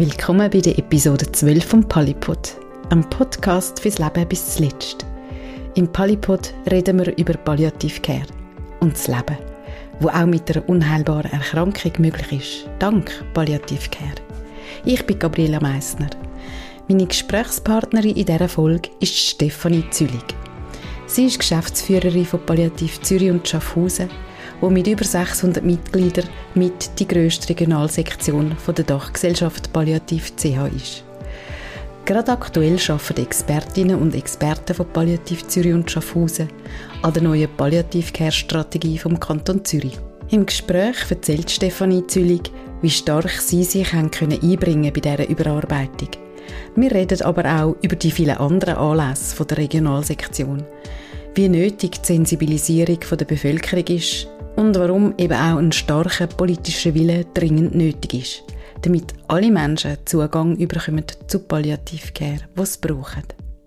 Willkommen bei der Episode 12 vom Polypod, einem Podcast fürs Leben bis zuletzt. Im Polypod reden wir über Palliative Care und das Leben, wo auch mit einer unheilbaren Erkrankung möglich ist, dank Palliative Care. Ich bin Gabriela Meissner. Meine Gesprächspartnerin in dieser Folge ist Stefanie Züllig. Sie ist Geschäftsführerin von Palliativ Zürich und Schaffhausen, wo mit über 600 Mitgliedern mit die grösste Regionalsektion der Dachgesellschaft Palliativ CH ist. Gerade aktuell arbeiten Expertinnen und Experten von Palliativ Zürich und Schaffhausen an der neuen Palliative Care Strategie vom Kanton Zürich. Im Gespräch erzählt Stefanie Züllig, wie stark sie sich einbringen können bei dieser Überarbeitung. Wir reden aber auch über die vielen anderen Anlässe der Regionalsektion, wie nötig die Sensibilisierung der Bevölkerung ist und warum eben auch ein starker politischer Wille dringend nötig ist, damit alle Menschen Zugang bekommen zu Palliative Care, die es brauchen.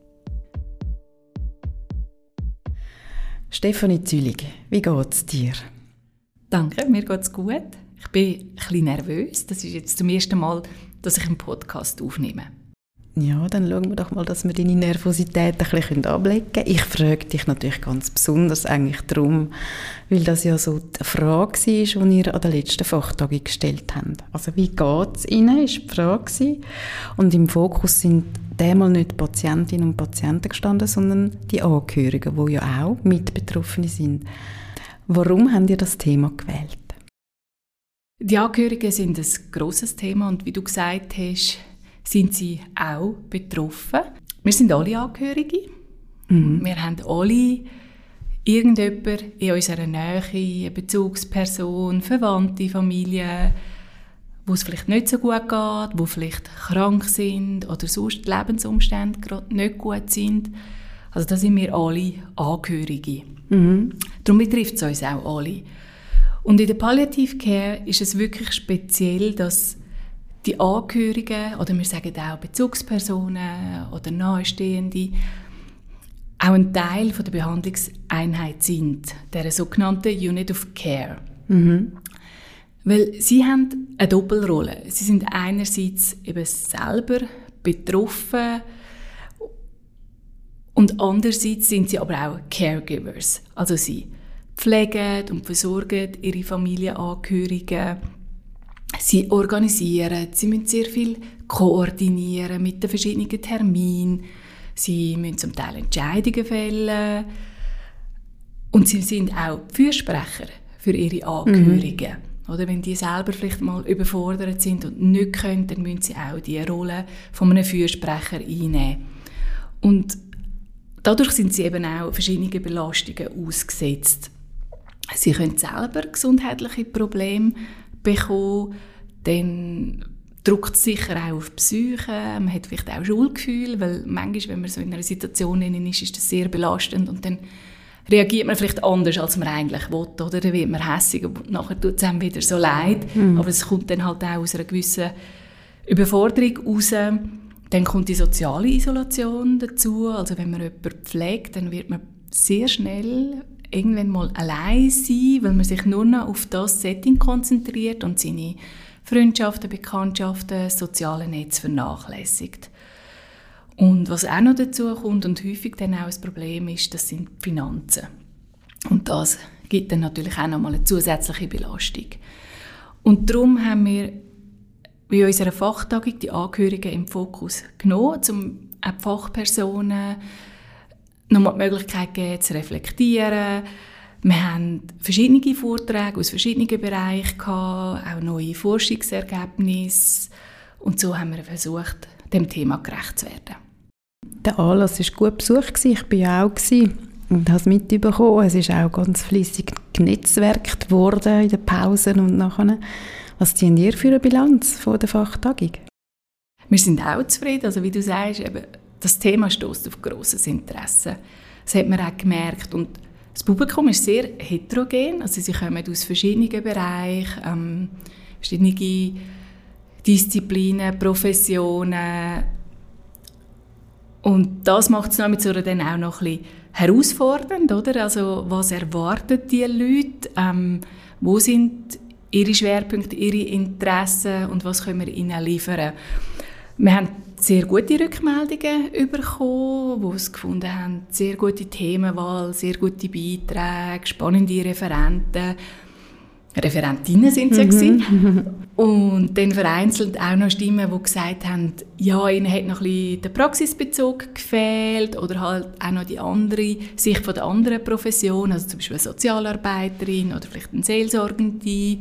Stefanie Züllig, wie geht es dir? Danke, mir geht es gut. Ich bin ein bisschen nervös. Das ist jetzt zum ersten Mal, dass ich einen Podcast aufnehme. Ja, dann schauen wir doch mal, dass wir deine Nervosität ein bisschen ablegen können. Ich frage dich natürlich ganz besonders eigentlich darum, weil das ja so die Frage war, die ihr an der letzten Fachtagung gestellt habt. Also wie geht es Ihnen, ist die Frage. Und im Fokus sind diesmal nicht die Patientinnen und Patienten gestanden, sondern die Angehörigen, die ja auch Mitbetroffene sind. Warum habt ihr das Thema gewählt? Die Angehörigen sind ein grosses Thema und wie du gesagt hast, sind sie auch betroffen. Wir sind alle Angehörige. Wir haben alle irgendjemanden in unserer Nähe, eine Bezugsperson, Verwandte, Familie, wo es vielleicht nicht so gut geht, wo vielleicht krank sind oder sonst die Lebensumstände gerade nicht gut sind. Also da sind wir alle Angehörige. Darum betrifft es uns auch alle. Und in der Palliative Care ist es wirklich speziell, dass die Angehörigen, oder wir sagen auch Bezugspersonen oder Nahestehende, auch ein Teil der Behandlungseinheit sind, der sogenannten Unit of Care. Weil sie haben eine Doppelrolle. Sie sind einerseits eben selber betroffen und andererseits sind sie aber auch Caregivers. Also sie pflegen und versorgen ihre Familienangehörigen. Sie organisieren, sie müssen sehr viel koordinieren mit den verschiedenen Terminen. Sie müssen zum Teil Entscheidungen fällen. Und sie sind auch Fürsprecher für ihre Angehörigen. Oder wenn die selber vielleicht mal überfordert sind und nicht können, dann müssen sie auch die Rolle von einem Fürsprecher einnehmen. Und dadurch sind sie eben auch verschiedenen Belastungen ausgesetzt. Sie können selber gesundheitliche Probleme bekommen, dann drückt es sicher auch auf die Psyche, man hat vielleicht auch Schuldgefühl, weil manchmal, wenn man so in einer Situation ist, ist das sehr belastend und dann reagiert man vielleicht anders, als man eigentlich will, oder? Dann wird man hässig und nachher tut es einem wieder so leid, aber es kommt dann halt auch aus einer gewissen Überforderung raus. Dann kommt die soziale Isolation dazu, also wenn man jemanden pflegt, dann wird man sehr schnell irgendwann mal allein sein, weil man sich nur noch auf das Setting konzentriert und seine Freundschaften, Bekanntschaften, soziale Netze vernachlässigt. Und was auch noch dazu kommt und häufig dann auch ein Problem ist, das sind die Finanzen. Und das gibt dann natürlich auch noch mal eine zusätzliche Belastung. Und darum haben wir bei unserer Fachtagung die Angehörigen im Fokus genommen, um auch die Fachpersonen nochmal die Möglichkeit gegeben, zu reflektieren. Wir haben verschiedene Vorträge aus verschiedenen Bereichen gehabt, auch neue Forschungsergebnisse. Und so haben wir versucht, dem Thema gerecht zu werden. Der Anlass war gut besucht. Ich war ja auch und habe es mitbekommen. Es ist auch ganz fleissig genetzwerkt worden in den Pausen und nachher. Was ziehen ihr für eine Bilanz von der Fachtagung? Wir sind auch zufrieden. Also wie du sagst, eben, das Thema stösst auf grosses Interesse. Das hat man auch gemerkt. Und das Publikum ist sehr heterogen. Also sie kommen aus verschiedenen Bereichen, verschiedene Disziplinen, Professionen. Und das macht es dann auch noch ein bisschen herausfordernd, oder? Also was erwarten die Leute? Wo sind ihre Schwerpunkte, ihre Interessen und was können wir ihnen liefern. Wir haben sehr gute Rückmeldungen bekommen, die es gefunden haben, sehr gute Themenwahl, sehr gute Beiträge, spannende Referentinnen sind es ja gewesen. Und dann vereinzelt auch noch Stimmen, die gesagt haben, ja, ihnen hat noch ein bisschen der Praxisbezug gefehlt oder halt auch noch die andere Sicht von der anderen Profession, also zum Beispiel eine Sozialarbeiterin oder vielleicht eine Seelsorgende.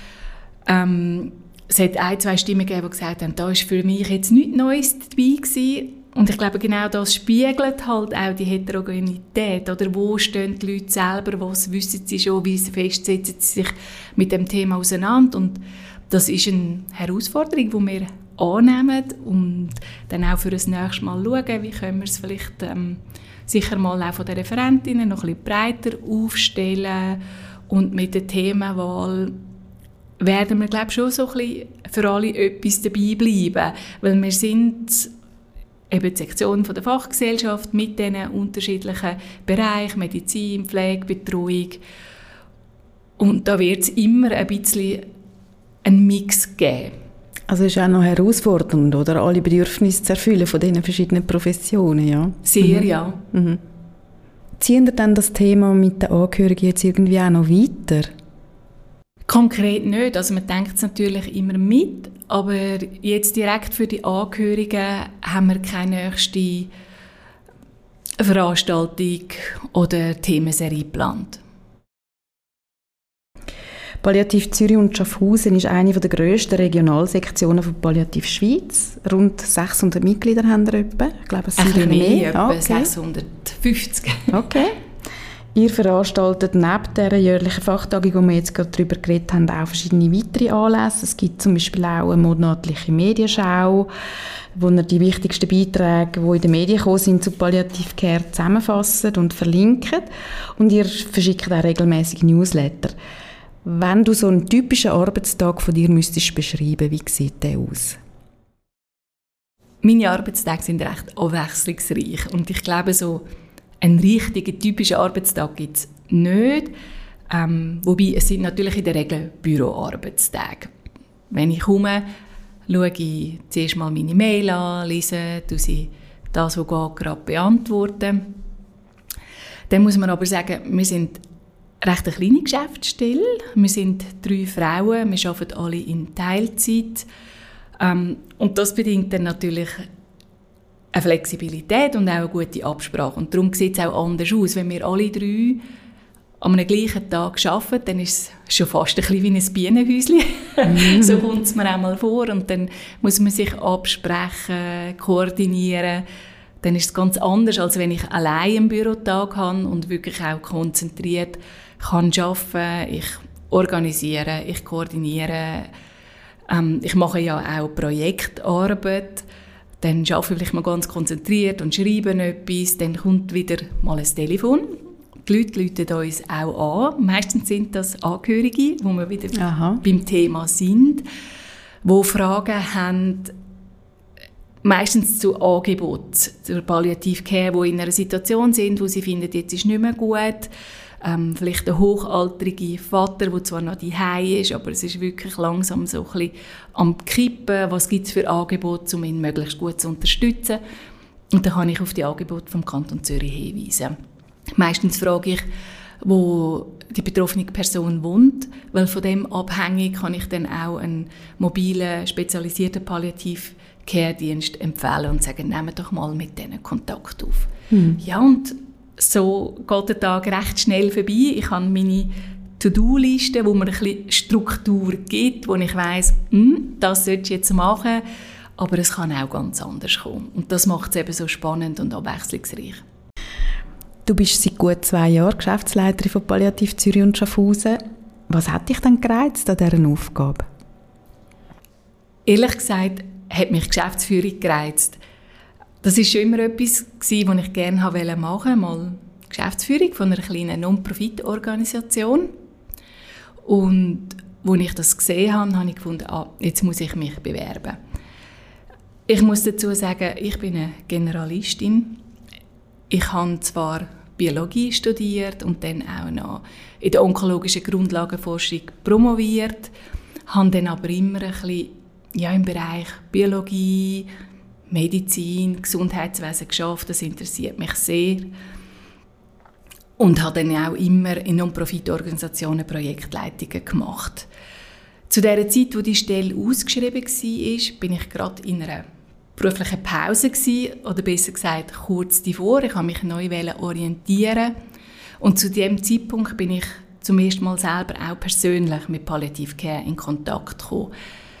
Es hat 1-2 Stimmen gegeben, die gesagt haben, da ist für mich jetzt nichts Neues dabei gewesen. Und ich glaube, genau das spiegelt halt auch die Heterogenität. Oder wo stehen die Leute selber, was wissen sie schon, wie fest setzen sie sich mit dem Thema auseinander. Und das ist eine Herausforderung, die wir annehmen und dann auch für das nächste Mal schauen, wie können wir es vielleicht sicher mal auch von den Referentinnen noch ein bisschen breiter aufstellen. Und mit der Themenwahl werden wir, glaube ich, schon so ein bisschen für alle etwas dabei bleiben. Weil wir sind eben die Sektion von der Fachgesellschaft mit diesen unterschiedlichen Bereichen, Medizin, Pflege, Betreuung. Und da wird es immer ein bisschen einen Mix geben. Also es ist auch noch herausfordernd, oder? Alle Bedürfnisse zu erfüllen von diesen verschiedenen Professionen, ja? Sehr, ja. Mhm. Ziehen ihr dann das Thema mit den Angehörigen jetzt irgendwie auch noch weiter? Konkret nicht. Also man denkt es natürlich immer mit, aber jetzt direkt für die Angehörigen haben wir keine nächste Veranstaltung oder Themenserie geplant. Palliativ Zürich und Schaffhausen ist eine der grössten Regionalsektionen von Palliativ Schweiz. Rund 600 Mitglieder haben wir etwa. Ich glaube, es sind mehr. Etwa Okay. 650. Okay. Ihr veranstaltet neben dieser jährlichen Fachtagung, wo wir jetzt gerade darüber geredet haben, auch verschiedene weitere Anlässe. Es gibt zum Beispiel auch eine monatliche Medienschau, wo ihr die wichtigsten Beiträge, die in den Medien gekommen sind, zu Palliative Care zusammenfasst und verlinkt. Und ihr verschickt auch regelmäßig Newsletter. Wenn du so einen typischen Arbeitstag von dir müsstest beschreiben, wie sieht der aus? Meine Arbeitstage sind recht abwechslungsreich und ich glaube, so einen richtigen, typischen Arbeitstag gibt es nicht. Wobei, es sind natürlich in der Regel Büroarbeitstage. Wenn ich komme, schaue ich zuerst mal meine Mail an, lese, sie das, was gerade beantworten. Dann muss man aber sagen, wir sind recht eine kleine Geschäftsstelle. Wir sind 3 Frauen, wir arbeiten alle in Teilzeit. Und das bedingt dann natürlich eine Flexibilität und auch eine gute Absprache. Und darum sieht es auch anders aus. Wenn wir alle 3 an einem gleichen Tag arbeiten, dann ist es schon fast ein bisschen wie ein Bienenhäuschen. So kommt es mir auch mal vor. Und dann muss man sich absprechen, koordinieren. Dann ist es ganz anders, als wenn ich allein einen Bürotag habe und wirklich auch konzentriert kann arbeiten. Ich organisiere, ich koordiniere. Ich mache ja auch Projektarbeit. Dann arbeite ich vielleicht mal ganz konzentriert und schreibe etwas. Dann kommt wieder mal ein Telefon. Die Leute rufen uns auch an. Meistens sind das Angehörige, wo wir wieder beim Thema sind, die Fragen haben, meistens zu Angeboten, zur Palliative Care, die in einer Situation sind, wo sie finden, jetzt ist nicht mehr gut. Vielleicht ein hochaltriger Vater, der zwar noch daheim ist, aber es ist wirklich langsam so ein bisschen am Kippen. Was gibt es für Angebote, um ihn möglichst gut zu unterstützen? Und dann kann ich auf die Angebote vom Kanton Zürich hinweisen. Meistens frage ich, wo die betroffene Person wohnt, weil von dem abhängig kann ich dann auch einen mobilen, spezialisierten Palliativ-Care-Dienst empfehlen und sagen, nehmt doch mal mit denen Kontakt auf. Ja, und so geht der Tag recht schnell vorbei. Ich habe meine To-Do-Liste, wo mir ein bisschen Struktur gibt, wo ich weiss, das sollte ich jetzt machen, aber es kann auch ganz anders kommen. Und das macht es eben so spannend und abwechslungsreich. Du bist seit gut 2 Jahren Geschäftsleiterin von Palliativ Zürich und Schaffhausen. Was hat dich denn gereizt an dieser Aufgabe? Ehrlich gesagt hat mich Geschäftsführung gereizt. Das war schon immer etwas, was ich gerne machen wollte. Mal Geschäftsführung von einer kleinen Non-Profit-Organisation. Und als ich das gesehen habe, habe ich gefunden, jetzt muss ich mich bewerben. Ich muss dazu sagen, ich bin eine Generalistin. Ich habe zwar Biologie studiert und dann auch noch in der onkologischen Grundlagenforschung promoviert. Habe dann aber immer ein bisschen im Bereich Biologie, Medizin, Gesundheitswesen geschafft. Das interessiert mich sehr. Und habe dann auch immer in Non-Profit-Organisationen Projektleitungen gemacht. Zu der Zeit, wo die Stelle ausgeschrieben war, bin ich gerade in einer beruflichen Pause gewesen, oder besser gesagt kurz davor. Ich wollte mich neu orientieren. Und zu diesem Zeitpunkt bin ich zum ersten Mal selber auch persönlich mit Palliative Care in Kontakt gekommen.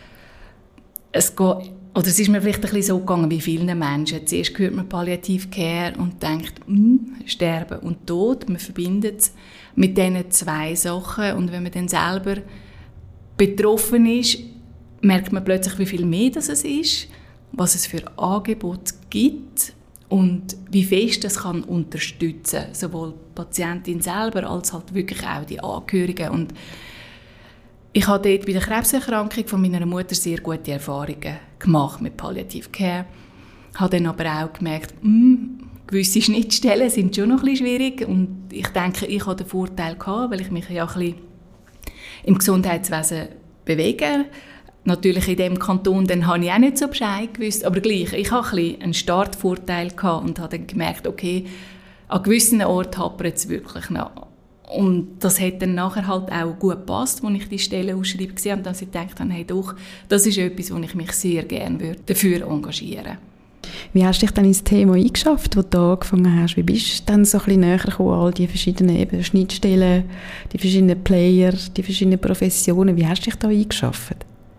Es ist mir vielleicht ein bisschen so gegangen wie vielen Menschen. Zuerst hört man Palliative Care und denkt, Sterben und Tod. Man verbindet es mit diesen zwei Sachen. Und wenn man dann selber betroffen ist, merkt man plötzlich, wie viel mehr das es ist, was es für Angebote gibt und wie fest das kann unterstützen, sowohl die Patientin selber als halt wirklich auch die Angehörigen. Und ich habe dort bei der Krebserkrankung von meiner Mutter sehr gute Erfahrungen gemacht mit Palliative Care. Ich habe dann aber auch gemerkt, gewisse Schnittstellen sind schon noch ein bisschen schwierig. Und ich denke, ich hatte den Vorteil gehabt, weil ich mich ja ein bisschen im Gesundheitswesen bewege. Natürlich in diesem Kanton, dann habe ich auch nicht so Bescheid gewusst, aber gleich, ich hatte ein bisschen einen Startvorteil gehabt und habe dann gemerkt, okay, an gewissen Orten hapert es wirklich noch. Und das hat dann nachher halt auch gut gepasst, als ich die Stellenausschreibung gesehen habe, dass ich gedacht habe, hey doch, das ist etwas, wo ich mich sehr gerne dafür engagieren würde. Wie hast du dich dann ins Thema eingeschafft, wo du angefangen hast? Wie bist du dann so ein bisschen näher gekommen, all die verschiedenen Schnittstellen, die verschiedenen Player, die verschiedenen Professionen? Wie hast du dich da eingeschafft?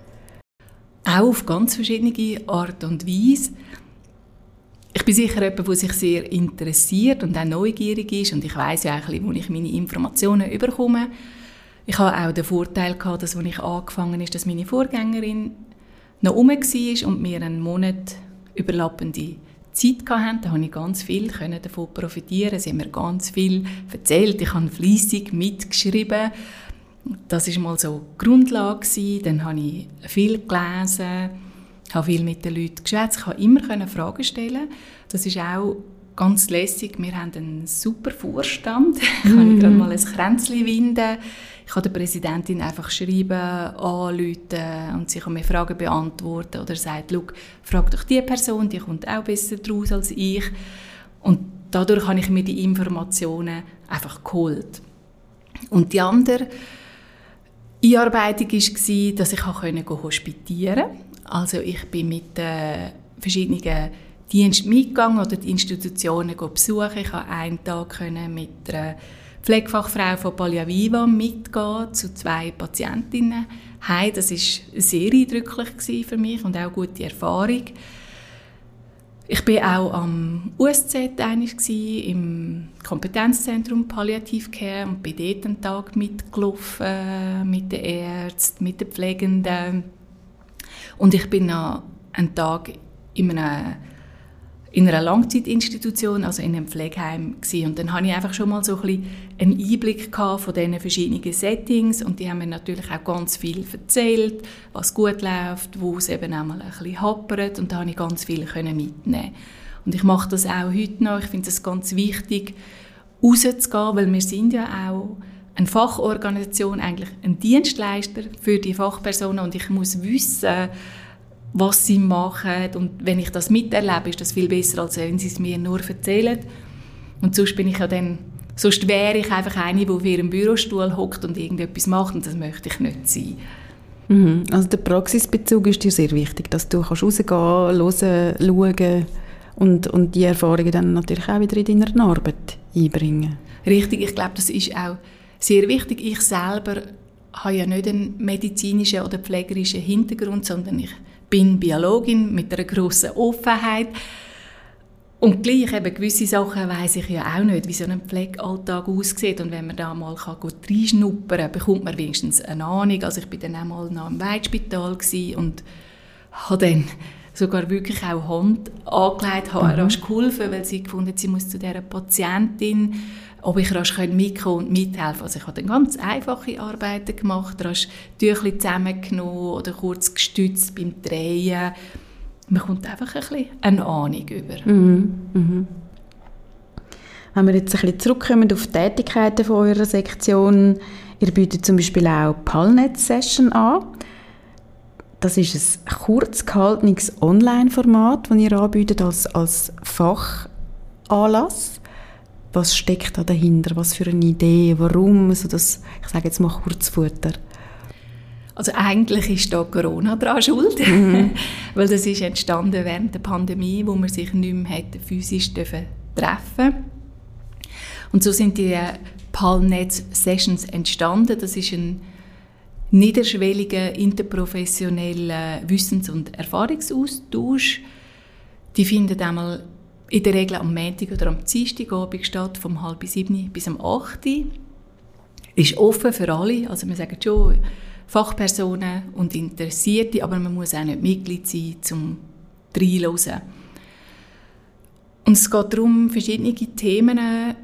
Auch auf ganz verschiedene Art und Weise. Ich bin sicher jemand, der sich sehr interessiert und auch neugierig ist. Und ich weiss ja auch ein bisschen, wo ich meine Informationen bekomme. Ich hatte auch den Vorteil gehabt, dass, als ich angefangen habe, dass meine Vorgängerin noch rum war und mir einen Monat überlappende Zeit hatten. Da konnte ich ganz viel davon profitieren. Sie haben mir ganz viel erzählt. Ich habe fleissig mitgeschrieben. Das war mal so die Grundlage. Dann habe ich viel gelesen, habe viel mit den Leuten geschwätzt. Ich konnte immer Fragen stellen. Das ist auch ganz lässig. Wir haben einen super Vorstand. Ich kann gerade mal ein Kränzchen winden. Ich kann der Präsidentin einfach schreiben, anrufen und sie kann mir Fragen beantworten. Oder sagt, frag doch die Person, die kommt auch besser draus als ich. Und dadurch habe ich mir die Informationen einfach geholt. Und die andere Einarbeitung war, dass ich hospitieren konnte. Also ich bin mit verschiedenen Diensten mitgegangen oder die Institutionen besuchen. Ich konnte einen Tag mit einer Pflegefachfrau von Pallia Viva mitgehen zu 2 Patientinnen. Das war sehr eindrücklich für mich und auch eine gute Erfahrung. Ich war auch am USZ im Kompetenzzentrum Palliative Care und bin dort einen Tag mitgelaufen, mit den Ärzten, mit den Pflegenden. Und ich bin noch einen Tag in einer Langzeitinstitution, also in einem Pflegeheim gewesen. Und dann hatte ich einfach schon mal so ein bisschen einen Einblick von diesen verschiedenen Settings und die haben mir natürlich auch ganz viel erzählt, was gut läuft, wo es eben auch mal ein bisschen hapert und da konnte ich ganz viel mitnehmen. Und ich mache das auch heute noch. Ich finde es ganz wichtig, rauszugehen, weil wir sind ja auch eine Fachorganisation, eigentlich ein Dienstleister für die Fachpersonen und ich muss wissen, was sie machen. Und wenn ich das miterlebe, ist das viel besser, als wenn sie es mir nur erzählen. Und sonst wäre ich einfach eine, die auf ihrem Bürostuhl hockt und irgendetwas macht. Und das möchte ich nicht sein. Also der Praxisbezug ist dir sehr wichtig, dass du rausgehen kannst, hören, schauen und die Erfahrungen dann natürlich auch wieder in deiner Arbeit einbringen. Richtig, ich glaube, das ist auch sehr wichtig. Ich selber habe ja nicht einen medizinischen oder pflegerischen Hintergrund, sondern ich bin Biologin mit einer grossen Offenheit. Und gleich eben gewisse Sachen weiss ich ja auch nicht, wie so ein Pflegealltag aussieht. Und wenn man da mal reinschnuppern kann, bekommt man wenigstens eine Ahnung. Also ich war dann auch mal noch im Weitspital und habe dann sogar wirklich auch Hand angelegt, habe rasch geholfen, weil sie gefunden, sie muss zu dieser Patientin, ob ich rasch mitkommen und mithelfen. Also ich habe dann ganz einfache Arbeiten gemacht, rasch Tüchli zusammengenommen oder kurz gestützt beim Drehen. Man kommt einfach ein bisschen eine Ahnung über. Wenn wir jetzt ein bisschen zurückkommen auf die Tätigkeiten von eurer Sektion, ihr bietet zum Beispiel auch PALNet-Session an. Das ist ein kurz gehaltenes Online-Format, das ihr anbietet als Fachanlass. Was steckt da dahinter? Was für eine Idee? Warum? Also das, ich sage jetzt mal Kurzfutter. Also eigentlich ist da Corona daran schuld, weil das ist entstanden während der Pandemie, wo man sich nicht mehr hätte physisch treffen durften. Und so sind die PALNet-Sessions entstanden. Das ist ein niederschwelliger, interprofessioneller Wissens- und Erfahrungsaustausch. Die finden einmal in der Regel am Montag oder am Dienstagabend statt, vom 6:30 bis um 8 Uhr. Ist offen für alle, also wir sagen schon Fachpersonen und Interessierte, aber man muss auch nicht Mitglied sein, um reinzuhören. Und es geht darum, verschiedene Themen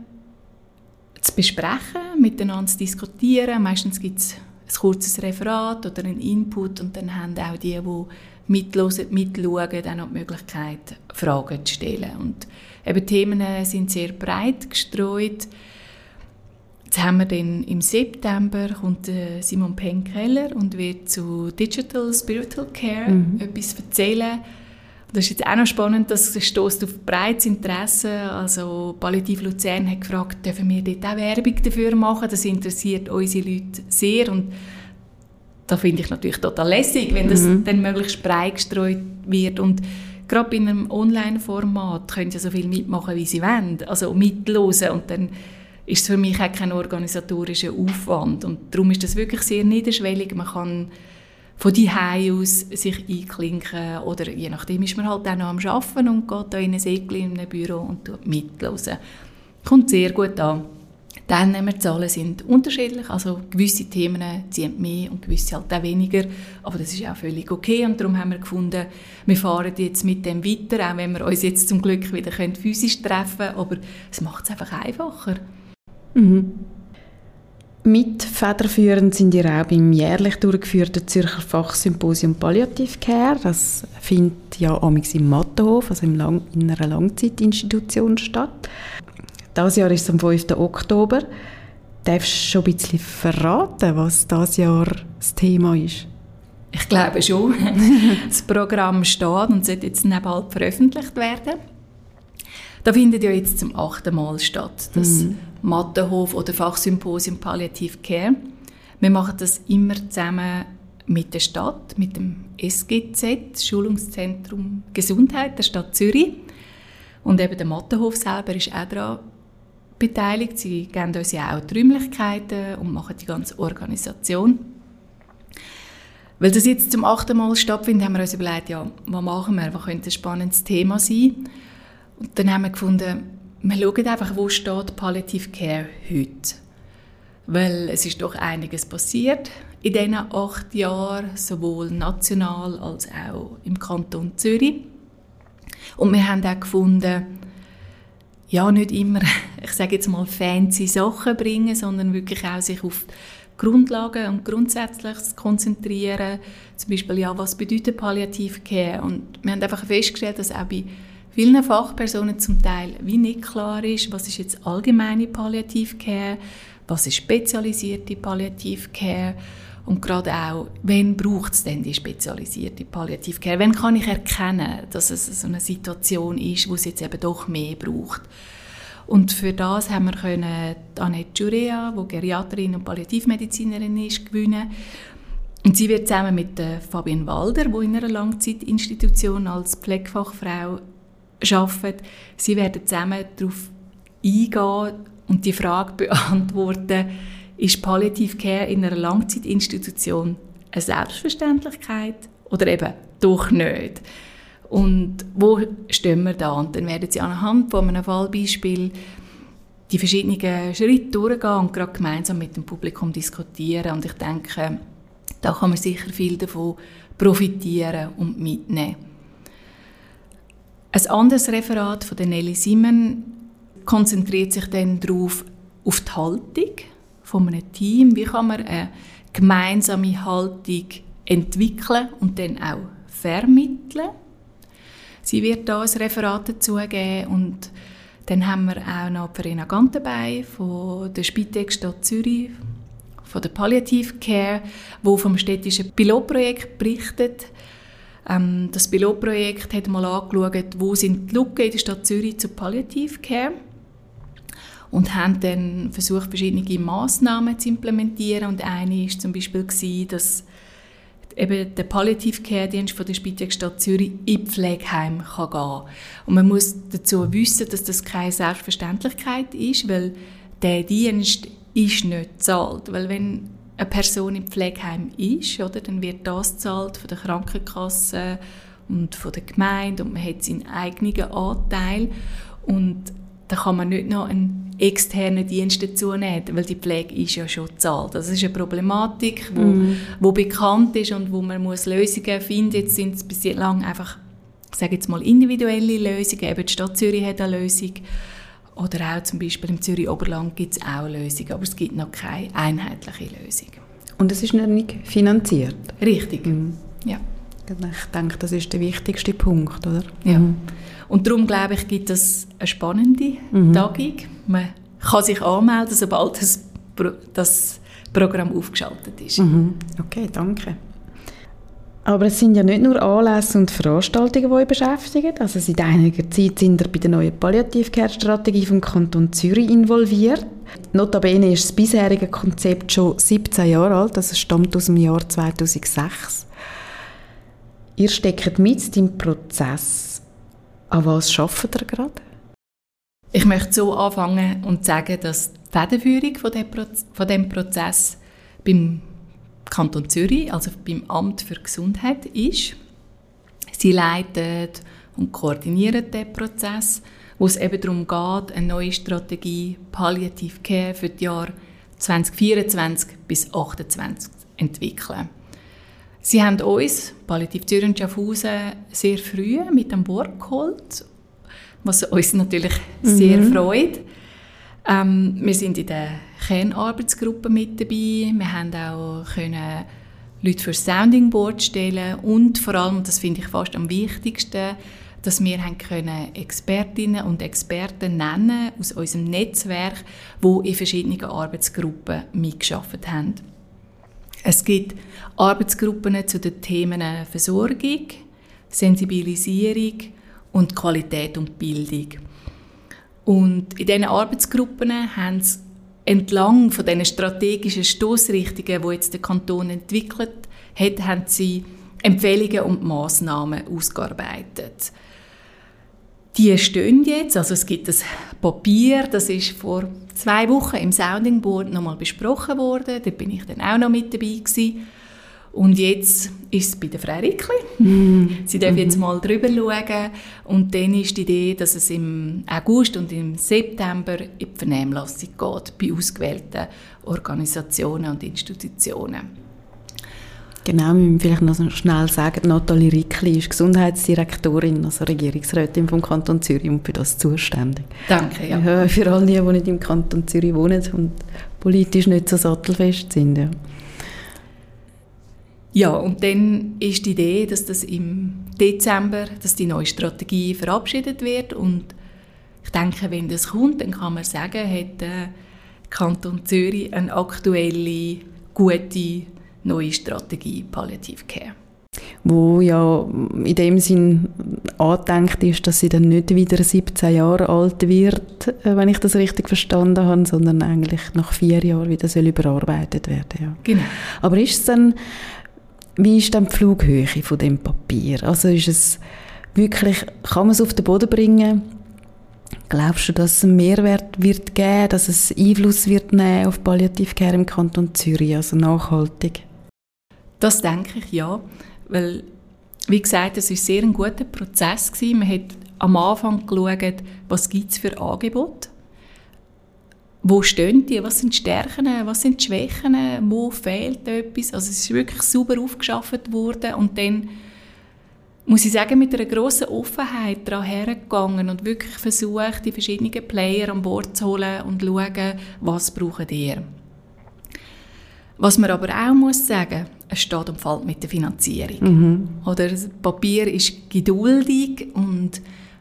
zu besprechen, miteinander zu diskutieren. Meistens gibt es ein kurzes Referat oder einen Input und dann haben auch die mithören, mitschauen, dann auch die Möglichkeit, Fragen zu stellen. Und eben, Themen sind sehr breit gestreut. Jetzt haben wir dann im September kommt Simon Penkeller und wird zu Digital Spiritual Care etwas erzählen. Das ist jetzt auch noch spannend, das stößt auf breites Interesse. Also Palliativ Luzern hat gefragt, dürfen wir dort auch Werbung dafür machen? Das interessiert unsere Leute sehr und da finde ich natürlich total lässig, wenn das dann möglichst breit gestreut wird. Und gerade in einem Online-Format können sie so viel mitmachen, wie sie wollen, also mithören. Und dann ist es für mich auch kein organisatorischer Aufwand. Und darum ist das wirklich sehr niederschwellig. Man kann von daheim aus sich einklinken oder je nachdem ist man halt auch noch am Arbeiten und geht da in ein Eckchen in einem Büro und mithören. Kommt sehr gut an. Die Teilnehmerzahlen sind unterschiedlich, also gewisse Themen ziehen mehr und gewisse halt auch weniger, aber das ist auch völlig okay und darum haben wir gefunden, wir fahren jetzt mit dem weiter, auch wenn wir uns jetzt zum Glück wieder physisch treffen können, aber es macht es einfach einfacher. Mit federführend sind ihr auch beim jährlich durchgeführten Zürcher Fachsymposium Palliative Care. Das findet ja amigs im Mattenhof, also in einer Langzeitinstitution statt. Dieses Jahr ist es am 5. Oktober. Darfst du schon ein bisschen verraten, was dieses Jahr das Thema ist? Ich glaube schon. Das Programm steht und sollte jetzt bald veröffentlicht werden. Da findet ja jetzt zum 8. Mal statt, das Mattenhof oder Fachsymposium Palliative Care. Wir machen das immer zusammen mit der Stadt, mit dem SGZ, Schulungszentrum Gesundheit der Stadt Zürich. Und eben der Mattenhof selber ist auch daran beteiligt. Sie geben uns ja auch die Räumlichkeiten und machen die ganze Organisation. Weil das jetzt zum 8. Mal stattfindet, haben wir uns überlegt, ja, was machen wir, was könnte ein spannendes Thema sein. Und dann haben wir gefunden, wir schauen einfach, wo steht Palliative Care heute. Weil es ist doch einiges passiert in diesen 8 Jahren, sowohl national als auch im Kanton Zürich. Und wir haben auch gefunden, ja, nicht immer, ich sage jetzt mal, fancy Sachen bringen, sondern wirklich auch sich auf Grundlagen und Grundsätzliches konzentrieren. Zum Beispiel, ja, was bedeutet Palliative Care? Und wir haben einfach festgestellt, dass auch bei vielen Fachpersonen zum Teil wie nicht klar ist, was ist jetzt allgemeine Palliative Care, was ist spezialisierte Palliative Care und gerade auch, wann braucht es denn die spezialisierte Palliative Care? Wann kann ich erkennen, dass es so eine Situation ist, wo es jetzt eben doch mehr braucht? Und für das haben wir Annette Jurea, die Geriaterin und Palliativmedizinerin ist, gewinnen. Und sie wird zusammen mit Fabienne Walder, die in einer Langzeitinstitution als Pflegefachfrau arbeitet, sie werden zusammen darauf eingehen und die Frage beantworten, ist Palliative Care in einer Langzeitinstitution eine Selbstverständlichkeit oder eben doch nicht? Und wo stehen wir da? Und dann werden sie anhand von einem Fallbeispiel die verschiedenen Schritte durchgehen und gerade gemeinsam mit dem Publikum diskutieren. Und ich denke, da kann man sicher viel davon profitieren und mitnehmen. Ein anderes Referat von der Nelly Simon konzentriert sich dann darauf, auf die Haltung von einem Team. Wie kann man eine gemeinsame Haltung entwickeln und dann auch vermitteln? Sie wird da ein Referat dazu geben und Dann haben wir auch noch Verena Gantenbein von der Spitex Stadt Zürich, von der Palliative Care, die vom städtischen Pilotprojekt berichtet. Das Pilotprojekt hat mal angeschaut, wo sind die Lücken in der Stadt Zürich zur Palliative Care und haben dann versucht, verschiedene Massnahmen zu implementieren. Und eine war zum Beispiel, dass eben der Palliative Care Dienst von der Spitex Stadt Zürich in Pflegeheim gehen kann. Und man muss dazu wissen, dass das keine Selbstverständlichkeit ist, weil der Dienst ist nicht bezahlt. Weil wenn eine Person im Pflegeheim ist, oder, dann wird das bezahlt von der Krankenkasse und von der Gemeinde und man hat seinen eigenen Anteil. Und da kann man nicht noch einen externen Dienst dazu nehmen, weil die Pflege ist ja schon bezahlt. Das ist eine Problematik, wo bekannt ist und wo man muss Lösungen finden muss. Jetzt sind es bislang einfach, ich sage jetzt mal, individuelle Lösungen. Eben die Stadt Zürich hat eine Lösung. Oder auch zum Beispiel im Zürich-Oberland gibt es auch Lösungen, aber es gibt noch keine einheitliche Lösung. Und es ist noch nicht finanziert? Richtig, ja. Ich denke, das ist der wichtigste Punkt, oder? Ja. Und darum, glaube ich, gibt es eine spannende Tagung. Man kann sich anmelden, sobald das Programm aufgeschaltet ist. Okay, danke. Aber es sind ja nicht nur Anlässe und Veranstaltungen, die euch beschäftigen. Also seit einiger Zeit sind ihr bei der neuen Palliative-Care-Strategie vom Kanton Zürich involviert. Notabene ist das bisherige Konzept schon 17 Jahre alt, also es stammt aus dem Jahr 2006. Ihr steckt mit im Prozess. An was arbeitet ihr gerade? Ich möchte so anfangen und sagen, dass die Federführung von diesem Prozess beim Kanton Zürich, also beim Amt für Gesundheit, ist. Sie leitet und koordiniert den Prozess, wo es eben darum geht, eine neue Strategie Palliative Care für die Jahre 2024 bis 2028 zu entwickeln. Sie haben uns, Palliative Zürich und Schaffhausen, sehr früh mit an Bord geholt, was uns natürlich sehr freut. Wir sind in der Kernarbeitsgruppe mit dabei. Wir haben auch Leute für das Sounding Board stellen und vor allem, das finde ich fast am wichtigsten, dass wir Expertinnen und Experten nennen aus unserem Netzwerk, die in verschiedenen Arbeitsgruppen mitgearbeitet haben. Es gibt Arbeitsgruppen zu den Themen Versorgung, Sensibilisierung und Qualität und Bildung. Und in diesen Arbeitsgruppen haben sie entlang von diesen strategischen Stossrichtungen, die jetzt der Kanton entwickelt hat, haben sie Empfehlungen und Massnahmen ausgearbeitet. Die stehen jetzt, also es gibt ein Papier, das ist vor 2 Wochen im Sounding Board nochmal besprochen worden, da bin ich dann auch noch mit dabei gewesen. Und jetzt ist es bei der Frau Rickli. Sie dürfen jetzt mal drüber schauen. Und dann ist die Idee, dass es im August und im September in die Vernehmlassung geht, bei ausgewählten Organisationen und Institutionen. Genau, wir müssen vielleicht noch schnell sagen, Nathalie Rickli ist Gesundheitsdirektorin, also Regierungsrätin vom Kanton Zürich und für das zuständig. Danke, ja. Ja, für alle, die nicht im Kanton Zürich wohnen und politisch nicht so sattelfest sind, ja. Ja, und dann ist die Idee, dass das im Dezember, dass die neue Strategie verabschiedet wird. Und ich denke, wenn das kommt, dann kann man sagen, hat der Kanton Zürich eine aktuelle, gute, neue Strategie Palliative Care. Wo ja in dem Sinn angedenkt ist, dass sie dann nicht wieder 17 Jahre alt wird, wenn ich das richtig verstanden habe, sondern eigentlich nach 4 Jahren wieder soll überarbeitet werden. Ja. Genau. Aber ist es dann, wie ist dann die Flughöhe von dem Papier? Also ist es wirklich, kann man es auf den Boden bringen? Glaubst du, dass es einen Mehrwert wird geben, dass es Einfluss wird nehmen auf Palliative Care im Kanton Zürich, also nachhaltig? Das denke ich, ja. Weil, wie gesagt, es war sehr ein guter Prozess gewesen. Man hat am Anfang geschaut, was gibt es für Angebote, wo stehen die, was sind die Stärken, was sind die Schwächen, wo fehlt etwas. Also es ist wirklich sauber aufgeschafft worden und dann, muss ich sagen, mit einer grossen Offenheit daran hergegangen und wirklich versucht, die verschiedenen Player an Bord zu holen und zu schauen, was braucht ihr. Was man aber auch muss sagen, es steht und fällt mit der Finanzierung. Oder das Papier ist geduldig und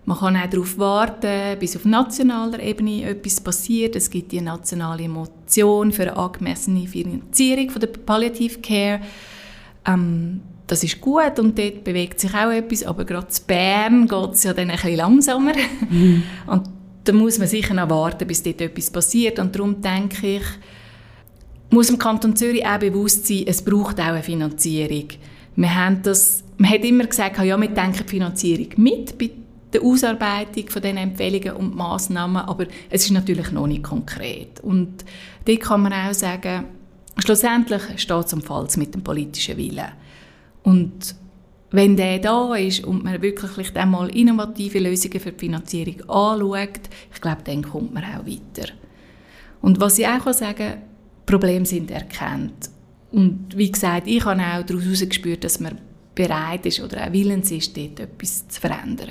Man kann auch darauf warten, bis auf nationaler Ebene etwas passiert. Es gibt die nationale Motion für eine angemessene Finanzierung von der Palliative Care. Das ist gut und dort bewegt sich auch etwas, aber gerade in Bern geht es ja dann ein bisschen langsamer. Und da muss man sicher noch warten, bis dort etwas passiert. Und darum denke ich, muss dem Kanton Zürich auch bewusst sein, es braucht auch eine Finanzierung. Man hat immer gesagt, ja, wir denken die Finanzierung mit bei der Ausarbeitung von diesen Empfehlungen und Massnahmen, aber es ist natürlich noch nicht konkret. Und dort kann man auch sagen, schlussendlich steht es am Fall mit dem politischen Willen. Und wenn der da ist und man wirklich einmal innovative Lösungen für die Finanzierung anschaut, ich glaube, dann kommt man auch weiter. Und was ich auch sagen kann, Probleme sind erkannt. Und wie gesagt, ich habe auch daraus herausgespürt, dass man bereit ist oder auch willens ist, dort etwas zu verändern.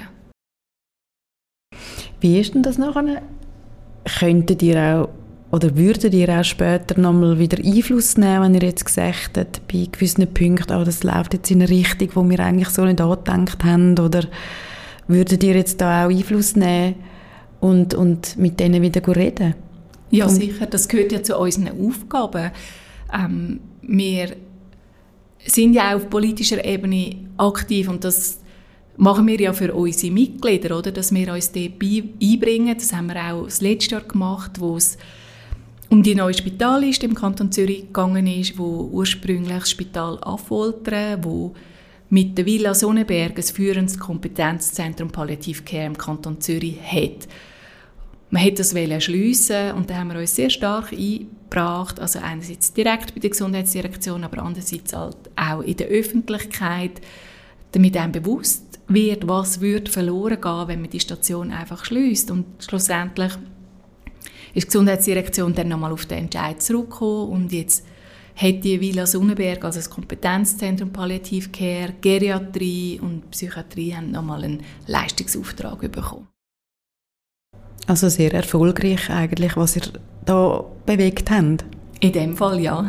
Wie ist denn das nachher? Könntet ihr auch oder würdet ihr auch später nochmal wieder Einfluss nehmen, wenn ihr jetzt gesagt habt, bei gewissen Punkten, das läuft jetzt in eine Richtung, wo wir eigentlich so nicht angedenkt haben? Oder würdet ihr jetzt da auch Einfluss nehmen und mit denen wieder reden? Ja, sicher. Das gehört ja zu unseren Aufgaben. Wir sind ja auch auf politischer Ebene aktiv und das machen wir ja für unsere Mitglieder, oder? Dass wir uns dort einbringen. Das haben wir auch das letzte Jahr gemacht, wo es um die neue Spitalliste im Kanton Zürich gegangen ist, wo ursprünglich das Spital Affoltern, wo mit der Villa Sonnenberg ein führendes Kompetenzzentrum Palliative Care im Kanton Zürich hat. Man hätte das schliessen und da haben wir uns sehr stark eingebracht, also einerseits direkt bei der Gesundheitsdirektion, aber andererseits halt auch in der Öffentlichkeit, damit einem bewusst wird, was würde verloren gehen, wenn man die Station einfach schliesst. Und schlussendlich ist die Gesundheitsdirektion dann nochmal auf den Entscheid zurückgekommen und jetzt hat die Villa Sonnenberg, also das Kompetenzzentrum Palliative Care, Geriatrie und Psychiatrie haben nochmal einen Leistungsauftrag bekommen. Also sehr erfolgreich eigentlich, was ihr da bewegt habt. In dem Fall ja.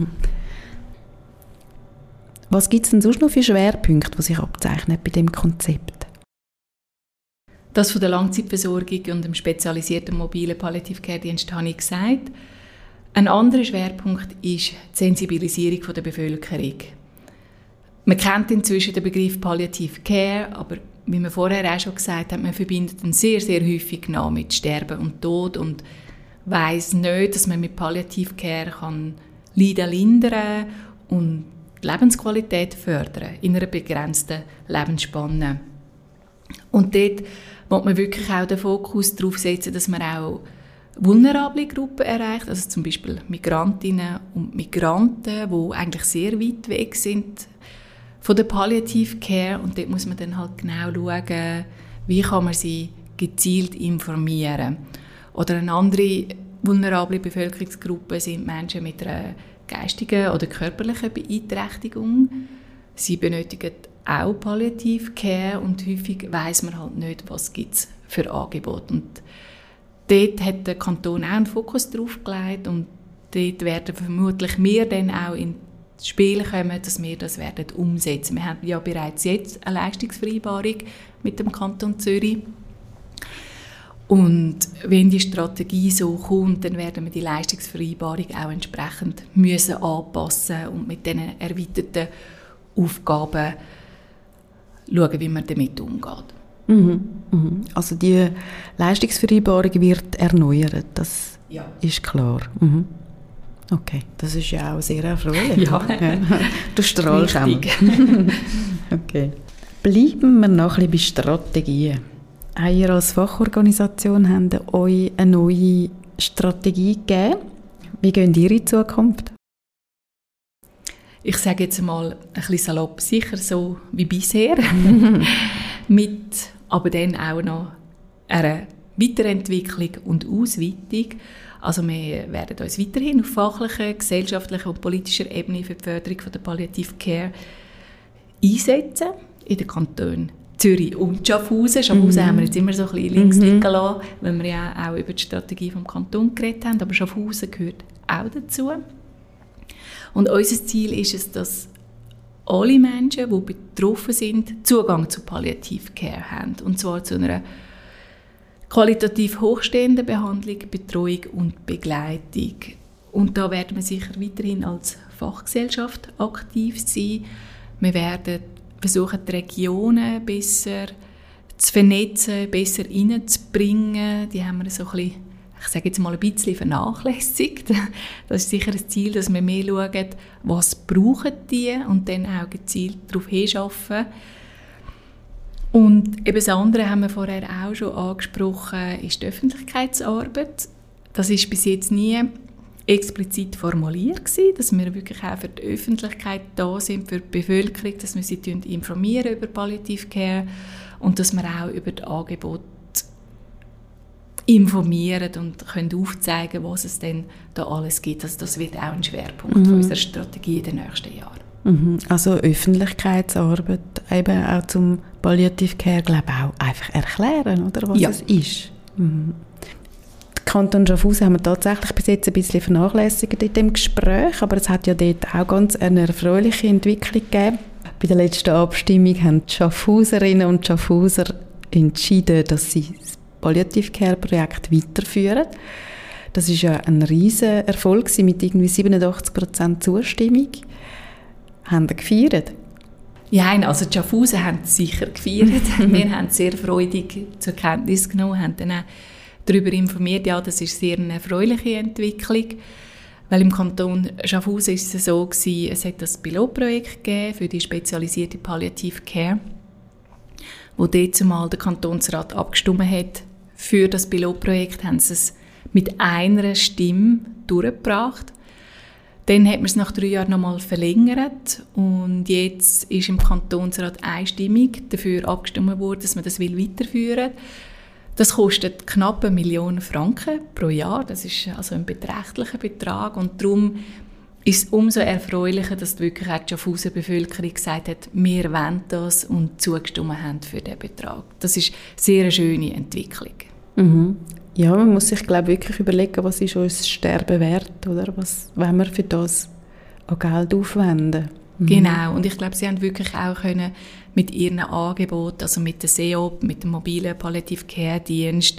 Was gibt es denn sonst noch für Schwerpunkte, die sich abzeichnen bei dem Konzept? Das von der Langzeitversorgung und dem spezialisierten mobilen Palliative Care Dienst habe ich gesagt. Ein anderer Schwerpunkt ist die Sensibilisierung der Bevölkerung. Man kennt inzwischen den Begriff Palliative Care, aber wie wir vorher auch schon gesagt haben, man verbindet ihn sehr, sehr häufig mit Sterben und Tod und weiss nicht, dass man mit Palliative Care Leiden lindern und die Lebensqualität fördern in einer begrenzten Lebensspanne. Und dort will man wirklich auch den Fokus darauf setzen, dass man auch vulnerable Gruppen erreicht, also zum Beispiel Migrantinnen und Migranten, die eigentlich sehr weit weg sind von der Palliative Care. Und dort muss man dann halt genau schauen, wie kann man sie gezielt informieren. Oder eine andere vulnerable Bevölkerungsgruppe sind Menschen mit einer geistigen oder körperlichen Beeinträchtigung. Sie benötigen auch Palliative Care und häufig weiss man halt nicht, was es für Angebote. Und dort hat der Kanton auch einen Fokus drauf gelegt und dort werden vermutlich wir dann auch ins Spiel kommen, dass wir das werden umsetzen. Wir haben ja bereits jetzt eine Leistungsvereinbarung mit dem Kanton Zürich. Und wenn die Strategie so kommt, dann werden wir die Leistungsvereinbarung auch entsprechend müssen anpassen und mit diesen erweiterten Aufgaben schauen, wie man damit umgeht. Also die Leistungsvereinbarung wird erneuert, das ist klar. Okay, das ist ja auch sehr erfreulich. Ja. Du strahlst auch. Okay. Bleiben wir noch ein bisschen bei Strategien. Ihr als Fachorganisation habt euch eine neue Strategie gegeben. Wie geht ihr in die Zukunft? Ich sage jetzt mal ein bisschen salopp, sicher so wie bisher. Mit aber dann auch noch einer Weiterentwicklung und Ausweitung. Also wir werden uns weiterhin auf fachlicher, gesellschaftlicher und politischer Ebene für die Förderung der Palliative Care einsetzen. In den Kantonen Zürich und Schaffhausen. Schaffhausen haben wir jetzt immer so ein bisschen links liegen lassen, weil wir ja auch über die Strategie vom Kanton geredet haben. Aber Schaffhausen gehört auch dazu. Und unser Ziel ist es, dass alle Menschen, die betroffen sind, Zugang zu Palliative Care haben. Und zwar zu einer qualitativ hochstehenden Behandlung, Betreuung und Begleitung. Und da werden wir sicher weiterhin als Fachgesellschaft aktiv sein. Wir werden versuchen, die Regionen besser zu vernetzen, besser reinzubringen. Die haben wir so ein bisschen, ich sage jetzt mal, ein bisschen vernachlässigt. Das ist sicher ein Ziel, dass wir mehr schauen, was brauchen die und dann auch gezielt darauf hinschaffen. Und eben das andere haben wir vorher auch schon angesprochen, ist die Öffentlichkeitsarbeit. Das ist bis jetzt nie explizit formuliert gewesen, dass wir wirklich auch für die Öffentlichkeit da sind, für die Bevölkerung, dass wir sie informieren über Palliative Care und dass wir auch über das Angebot informieren und können aufzeigen, was es denn da alles gibt. Also das wird auch ein Schwerpunkt unserer Strategie in den nächsten Jahren. Also Öffentlichkeitsarbeit eben auch zum Palliative Care, glaube ich, auch einfach erklären, oder, was es ist. Den Kanton Schaffhausen haben wir tatsächlich bis jetzt ein bisschen vernachlässigt in dem Gespräch, aber es hat ja dort auch ganz eine erfreuliche Entwicklung gegeben. Bei der letzten Abstimmung haben die Schaffhauserinnen und Schaffhauser entschieden, dass sie das Palliative Care Projekt weiterführen. Das war ja ein riesen Erfolg mit irgendwie 87% Zustimmung. Haben Sie gefeiert? Ja, also die Schaffhausen haben es sicher gefeiert. Wir haben es sehr freudig zur Kenntnis genommen, haben dann auch darüber informiert, ja, das ist sehr eine erfreuliche Entwicklung. Weil im Kanton Schaffhausen ist es so gewesen, es hat das Pilotprojekt gegeben für die spezialisierte Palliative Care, wo dort zumal der Kantonsrat abgestimmt hat. Für das Pilotprojekt haben sie es mit einer Stimme durchgebracht. Dann hat man es nach 3 Jahren nochmal verlängert und jetzt ist im Kantonsrat einstimmig dafür abgestimmt worden, dass man das weiterführen will. Das kostet knapp 1 Million Franken pro Jahr. Das ist also ein beträchtlicher Betrag und darum ist es umso erfreulicher, dass wirklich auch die Schaffhauser Bevölkerung gesagt hat, wir wollen das und zugestimmt haben für diesen Betrag. Das ist eine sehr schöne Entwicklung. Ja, man muss sich, glaube ich, wirklich überlegen, was ist uns Sterben wert, oder? Was wollen wir für das an Geld aufwenden? Genau, und ich glaube, sie haben wirklich auch können mit ihren Angeboten, also mit der SEOP, mit dem mobilen Palliative Care Dienst,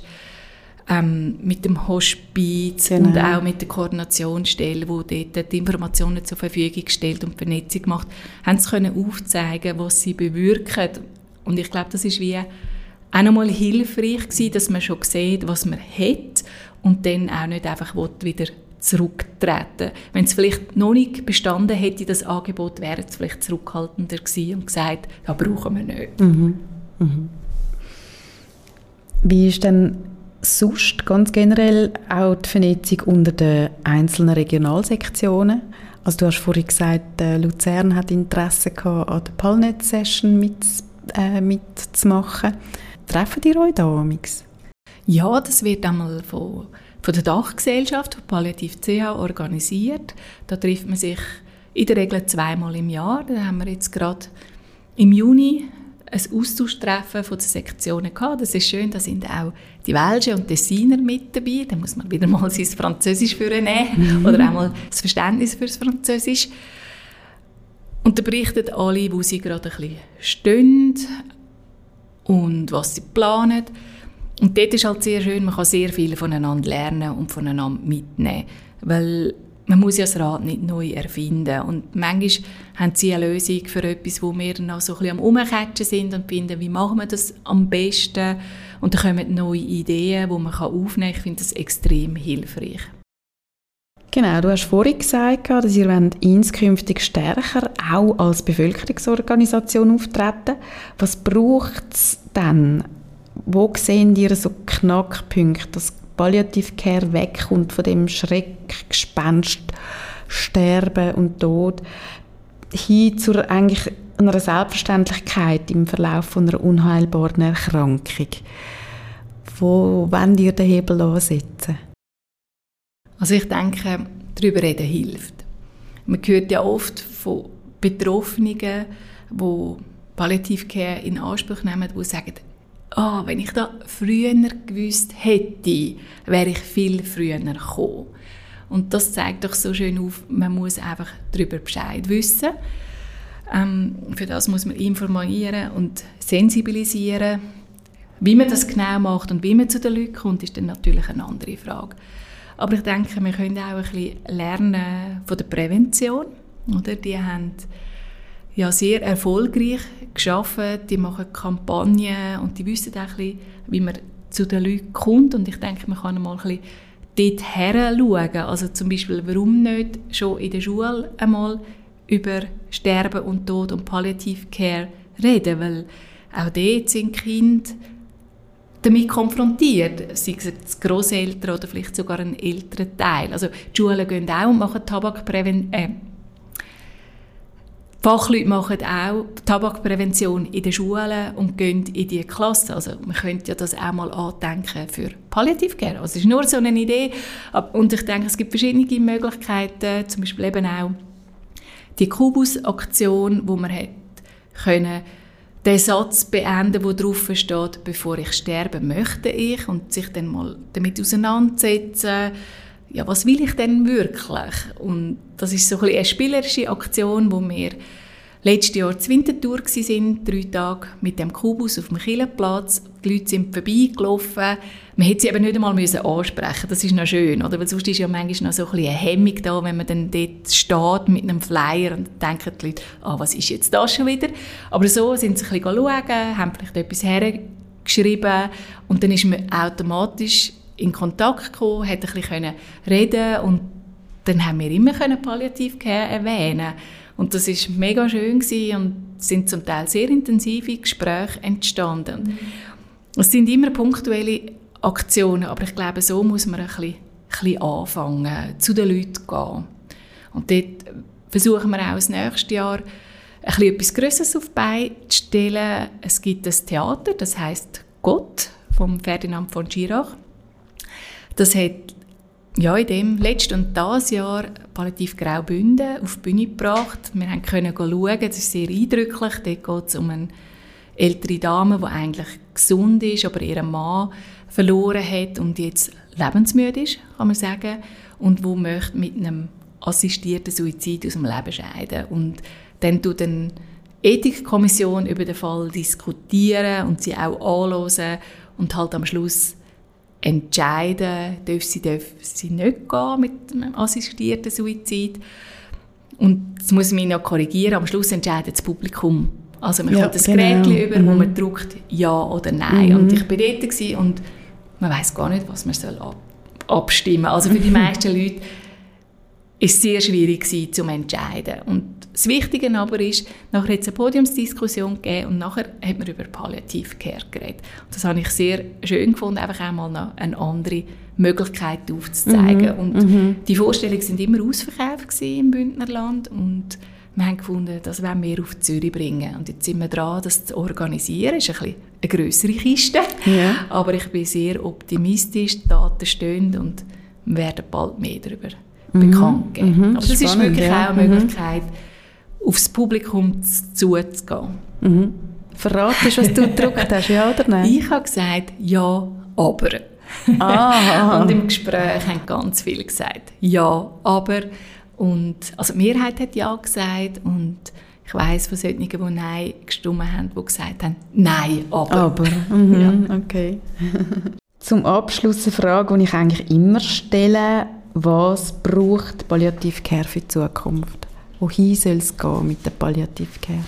mit dem Hospiz und auch mit der Koordinationsstelle, die dort die Informationen zur Verfügung stellt und die Vernetzung macht, haben sie können aufzeigen, was sie bewirken. Und ich glaube, das ist wie auch nochmal hilfreich gewesen, dass man schon sieht, was man hat und dann auch nicht einfach wieder zurücktreten. Wenn es vielleicht noch nicht bestanden hätte, das Angebot, wäre es vielleicht zurückhaltender gewesen und gesagt, ja, brauchen wir nicht. Wie ist denn sonst ganz generell auch die Vernetzung unter den einzelnen Regionalsektionen? Also du hast vorhin gesagt, Luzern hat Interesse gehabt, an der Palnet-Session mitzumachen. Treffen die euch da amigs? Ja, das wird einmal von der Dachgesellschaft, von Palliative CH organisiert. Da trifft man sich in der Regel 2-mal im Jahr. Da haben wir jetzt gerade im Juni ein Austauschtreffen von den Sektionen gehabt. Das ist schön, da sind auch die Welschen und Tessiner mit dabei. Da muss man wieder mal sein Französisch vornehmen oder auch mal das Verständnis für das Französisch. Und da berichten alle, wo sie gerade ein bisschen stehen und was sie planen. Und dort ist halt sehr schön, man kann sehr viel voneinander lernen und voneinander mitnehmen. Weil man muss ja das Rad nicht neu erfinden. Und manchmal haben sie eine Lösung für etwas, wo wir noch so ein bisschen am Umcatchen sind und finden, wie machen wir das am besten. Und dann kommen neue Ideen, die man aufnehmen kann. Ich finde das extrem hilfreich. Genau, du hast vorhin gesagt, dass ihr inskünftig stärker auch als Bevölkerungsorganisation auftreten. Was braucht es dann? Wo sehen ihr so Knackpunkte, dass Palliative Care wegkommt von dem Schreckgespenst, Sterben und Tod, hin zu eigentlich einer Selbstverständlichkeit im Verlauf von einer unheilbaren Erkrankung? Wo wollt ihr den Hebel ansetzen? Also ich denke, darüber reden hilft. Man hört ja oft von Betroffenen, die Palliative Care in Anspruch nehmen, die sagen, wenn ich da früher gewusst hätte, wäre ich viel früher gekommen. Und das zeigt doch so schön auf, man muss einfach darüber Bescheid wissen. Für das muss man informieren und sensibilisieren. Wie man das genau macht und wie man zu den Leuten kommt, ist dann natürlich eine andere Frage. Aber ich denke, wir können auch ein bisschen lernen von der Prävention. Oder? Die haben ja sehr erfolgreich gearbeitet, die machen Kampagnen und die wissen auch ein bisschen, wie man zu den Leuten kommt. Und ich denke, man kann mal ein bisschen dort her schauen. Also zum Beispiel, warum nicht schon in der Schule einmal über Sterben und Tod und Palliative Care reden, weil auch dort sind Kinder damit konfrontiert, sei es Grosseltern oder vielleicht sogar ein älterer Teil. Also die Schulen gehen auch und machen Fachleute machen auch Tabakprävention in den Schulen und gehen in die Klasse. Also man könnte ja das auch mal andenken für Palliative Care. Also es ist nur so eine Idee. Und ich denke, es gibt verschiedene Möglichkeiten, zum Beispiel eben auch die Kubus-Aktion, wo man hat können den Satz beenden, der drauf steht, bevor ich sterbe, möchte ich, und sich dann mal damit auseinandersetzen, ja, was will ich denn wirklich? Und das ist so ein bisschen eine spielerische Aktion, wo wir letztes Jahr zur Winterthur waren, 3 Tage mit dem Kubus auf dem Kirchenplatz. Die Leute sind vorbeigelaufen. Man hätte sie eben nicht einmal ansprechen. Das ist noch schön, oder? Weil sonst ist ja manchmal noch so ein bisschen eine Hemmung da, wenn man dann dort steht mit einem Flyer und denken die Leute, was ist jetzt das schon wieder? Aber so sind sie ein bisschen schauen, haben vielleicht etwas hergeschrieben und dann ist man automatisch in Kontakt gekommen, hat ein bisschen reden und dann haben wir immer Palliative Care erwähnen. Und das war mega schön gewesen und sind zum Teil sehr intensive Gespräche entstanden. Es sind immer punktuelle Aktionen, aber ich glaube, so muss man ein bisschen anfangen, zu den Leuten gehen. Und dort versuchen wir auch das nächste Jahr etwas Grösseres auf die Beine zu stellen. Es gibt ein Theater, das heisst «Gott» von Ferdinand von Schirach. Das hat in dem letzten und dieses Jahr Palliative Graubünden auf die Bühne gebracht. Wir können schauen, das ist sehr eindrücklich. Dort geht es um eine ältere Dame, die eigentlich gesund ist, aber ihren Mann verloren hat und jetzt lebensmüde ist, kann man sagen, und die möchte mit einem assistierten Suizid aus dem Leben scheiden. Und dann tut eine Ethikkommission über den Fall diskutieren und sie auch anhören und halt am Schluss entscheiden, darf sie nicht gehen mit einem assistierten Suizid. Und das muss man noch korrigieren, am Schluss entscheidet das Publikum. Also man kommt das Gerät über, wo man drückt Ja oder Nein. Und ich war dort und man weiss gar nicht, was man abstimmen soll. Also für die meisten Leute war es sehr schwierig zu entscheiden. Und das Wichtige aber ist, nachher hat es eine Podiumsdiskussion gegeben und nachher hat man über Palliative Care geredet. Und das habe ich sehr schön gefunden, einfach einmal noch eine andere Möglichkeit aufzuzeigen. Und die Vorstellungen waren immer ausverkauft im Bündnerland und wir haben gefunden, das wollen wir auf Zürich bringen. Und jetzt sind wir dran, das zu organisieren. Das ist ein bisschen eine grössere Kiste, aber ich bin sehr optimistisch, die Daten stehen und wir werden bald mehr darüber bekannt geben. Aber das ist wirklich auch eine Möglichkeit, aufs Publikum zuzugehen. Verratest du, was du gedruckt hast, ja oder nein? Ich habe gesagt, ja, aber. Und im Gespräch haben ganz viele gesagt, ja, aber. Und, also die Mehrheit hat ja gesagt und ich weiss von solchen, die Nein gestimmt haben, die gesagt haben, nein, aber. Okay. Zum Abschluss eine Frage, die ich eigentlich immer stelle: Was braucht Palliative Care für die Zukunft? Wohin soll es gehen mit der Palliative Care?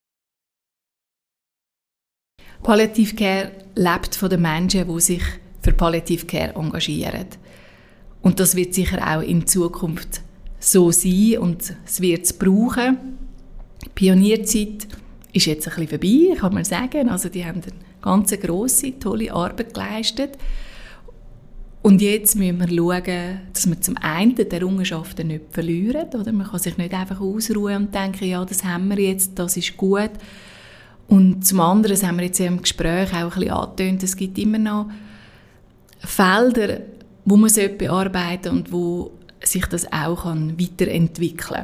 Palliative Care lebt von den Menschen, die sich für Palliative Care engagieren. Und das wird sicher auch in Zukunft so sein und es wird es brauchen. Die Pionierzeit ist jetzt ein bisschen vorbei, kann man sagen. Also die haben eine ganz grosse, tolle Arbeit geleistet. Und jetzt müssen wir schauen, dass wir zum einen die Errungenschaften nicht verlieren. Oder? Man kann sich nicht einfach ausruhen und denken, ja, das haben wir jetzt, das ist gut. Und zum anderen, das haben wir jetzt im Gespräch auch ein bisschen angetönt, es gibt immer noch Felder, wo man bearbeiten sollte und wo sich das auch weiterentwickeln kann.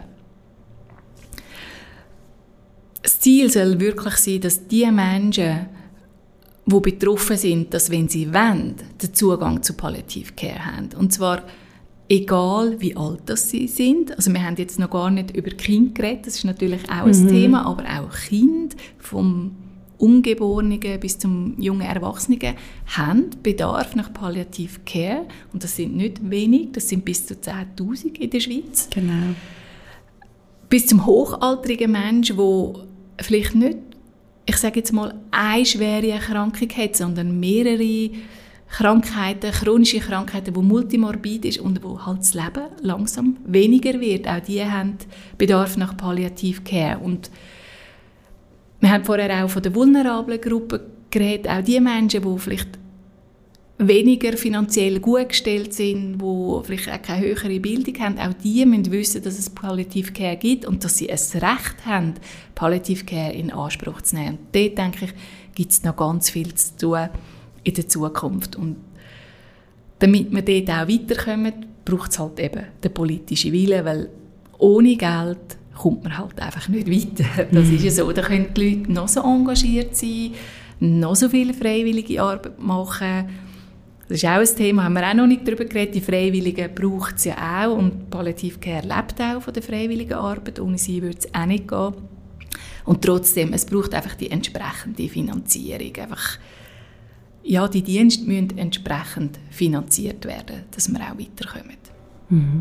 Das Ziel soll wirklich sein, dass die Menschen, die betroffen sind, dass wenn sie wollen, den Zugang zu Palliative Care haben. Und zwar egal wie alt das sie sind. Also wir haben jetzt noch gar nicht über Kinder geredet, das ist natürlich auch ein Thema, aber auch Kinder vom Ungeborenen bis zum jungen Erwachsenen haben Bedarf nach Palliative Care. Und das sind nicht wenig, das sind bis zu 10'000 in der Schweiz. Genau. Bis zum hochaltrigen Menschen, der vielleicht nicht, ich sage jetzt mal, eine schwere Erkrankung hat, sondern mehrere Krankheiten, chronische Krankheiten, die multimorbid ist und wo halt das Leben langsam weniger wird. Auch die haben Bedarf nach Palliative Care. Und wir haben vorher auch von der vulnerablen Gruppe geredet, auch die Menschen, die vielleicht weniger finanziell gut gestellt sind, die vielleicht auch keine höhere Bildung haben, auch die müssen wissen, dass es Palliative Care gibt und dass sie ein Recht haben, Palliative Care in Anspruch zu nehmen. Und dort, denke ich, gibt es noch ganz viel zu tun in der Zukunft. Und damit wir dort auch weiterkommen, braucht es halt eben den politischen Willen, weil ohne Geld kommt man halt einfach nicht weiter. Das ist ja so. Da können die Leute noch so engagiert sein, noch so viel freiwillige Arbeit machen. Das ist auch ein Thema, haben wir auch noch nicht darüber geredet. Die Freiwilligen braucht es ja auch und Palliative Care lebt auch von der freiwilligen Arbeit. Ohne sie würde es auch nicht gehen. Und trotzdem, es braucht einfach die entsprechende Finanzierung. Einfach, ja, die Dienste müssen entsprechend finanziert werden, dass wir auch weiterkommen. Mhm.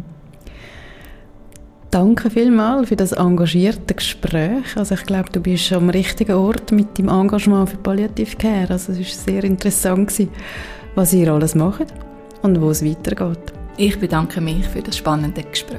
Danke vielmals für das engagierte Gespräch. Also ich glaube, du bist am richtigen Ort mit deinem Engagement für Palliative Care. Also es war sehr interessant, was ihr alles macht und wo es weitergeht. Ich bedanke mich für das spannende Gespräch.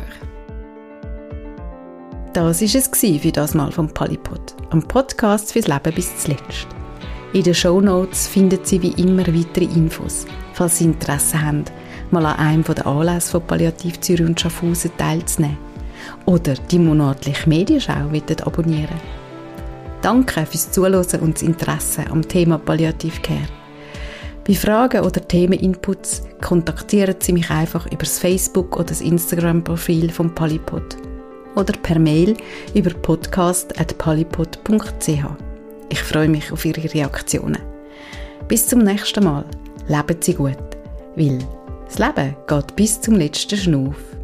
Das war es für das Mal vom Palipod, am Podcast fürs Leben bis zuletzt. In den Shownotes finden Sie wie immer weitere Infos, falls Sie Interesse haben, mal an einem der Anlässe von Palliativ Zürich und Schaffhausen teilzunehmen oder die monatliche Medienschau abonnieren. Danke fürs Zuhören und das Interesse am Thema Palliative Care. Bei Fragen oder Themeninputs kontaktieren Sie mich einfach über das Facebook- oder das Instagram-Profil vom Palipod oder per Mail über podcast@palipod.ch. Ich freue mich auf Ihre Reaktionen. Bis zum nächsten Mal. Leben Sie gut, weil das Leben geht bis zum letzten Schnuff.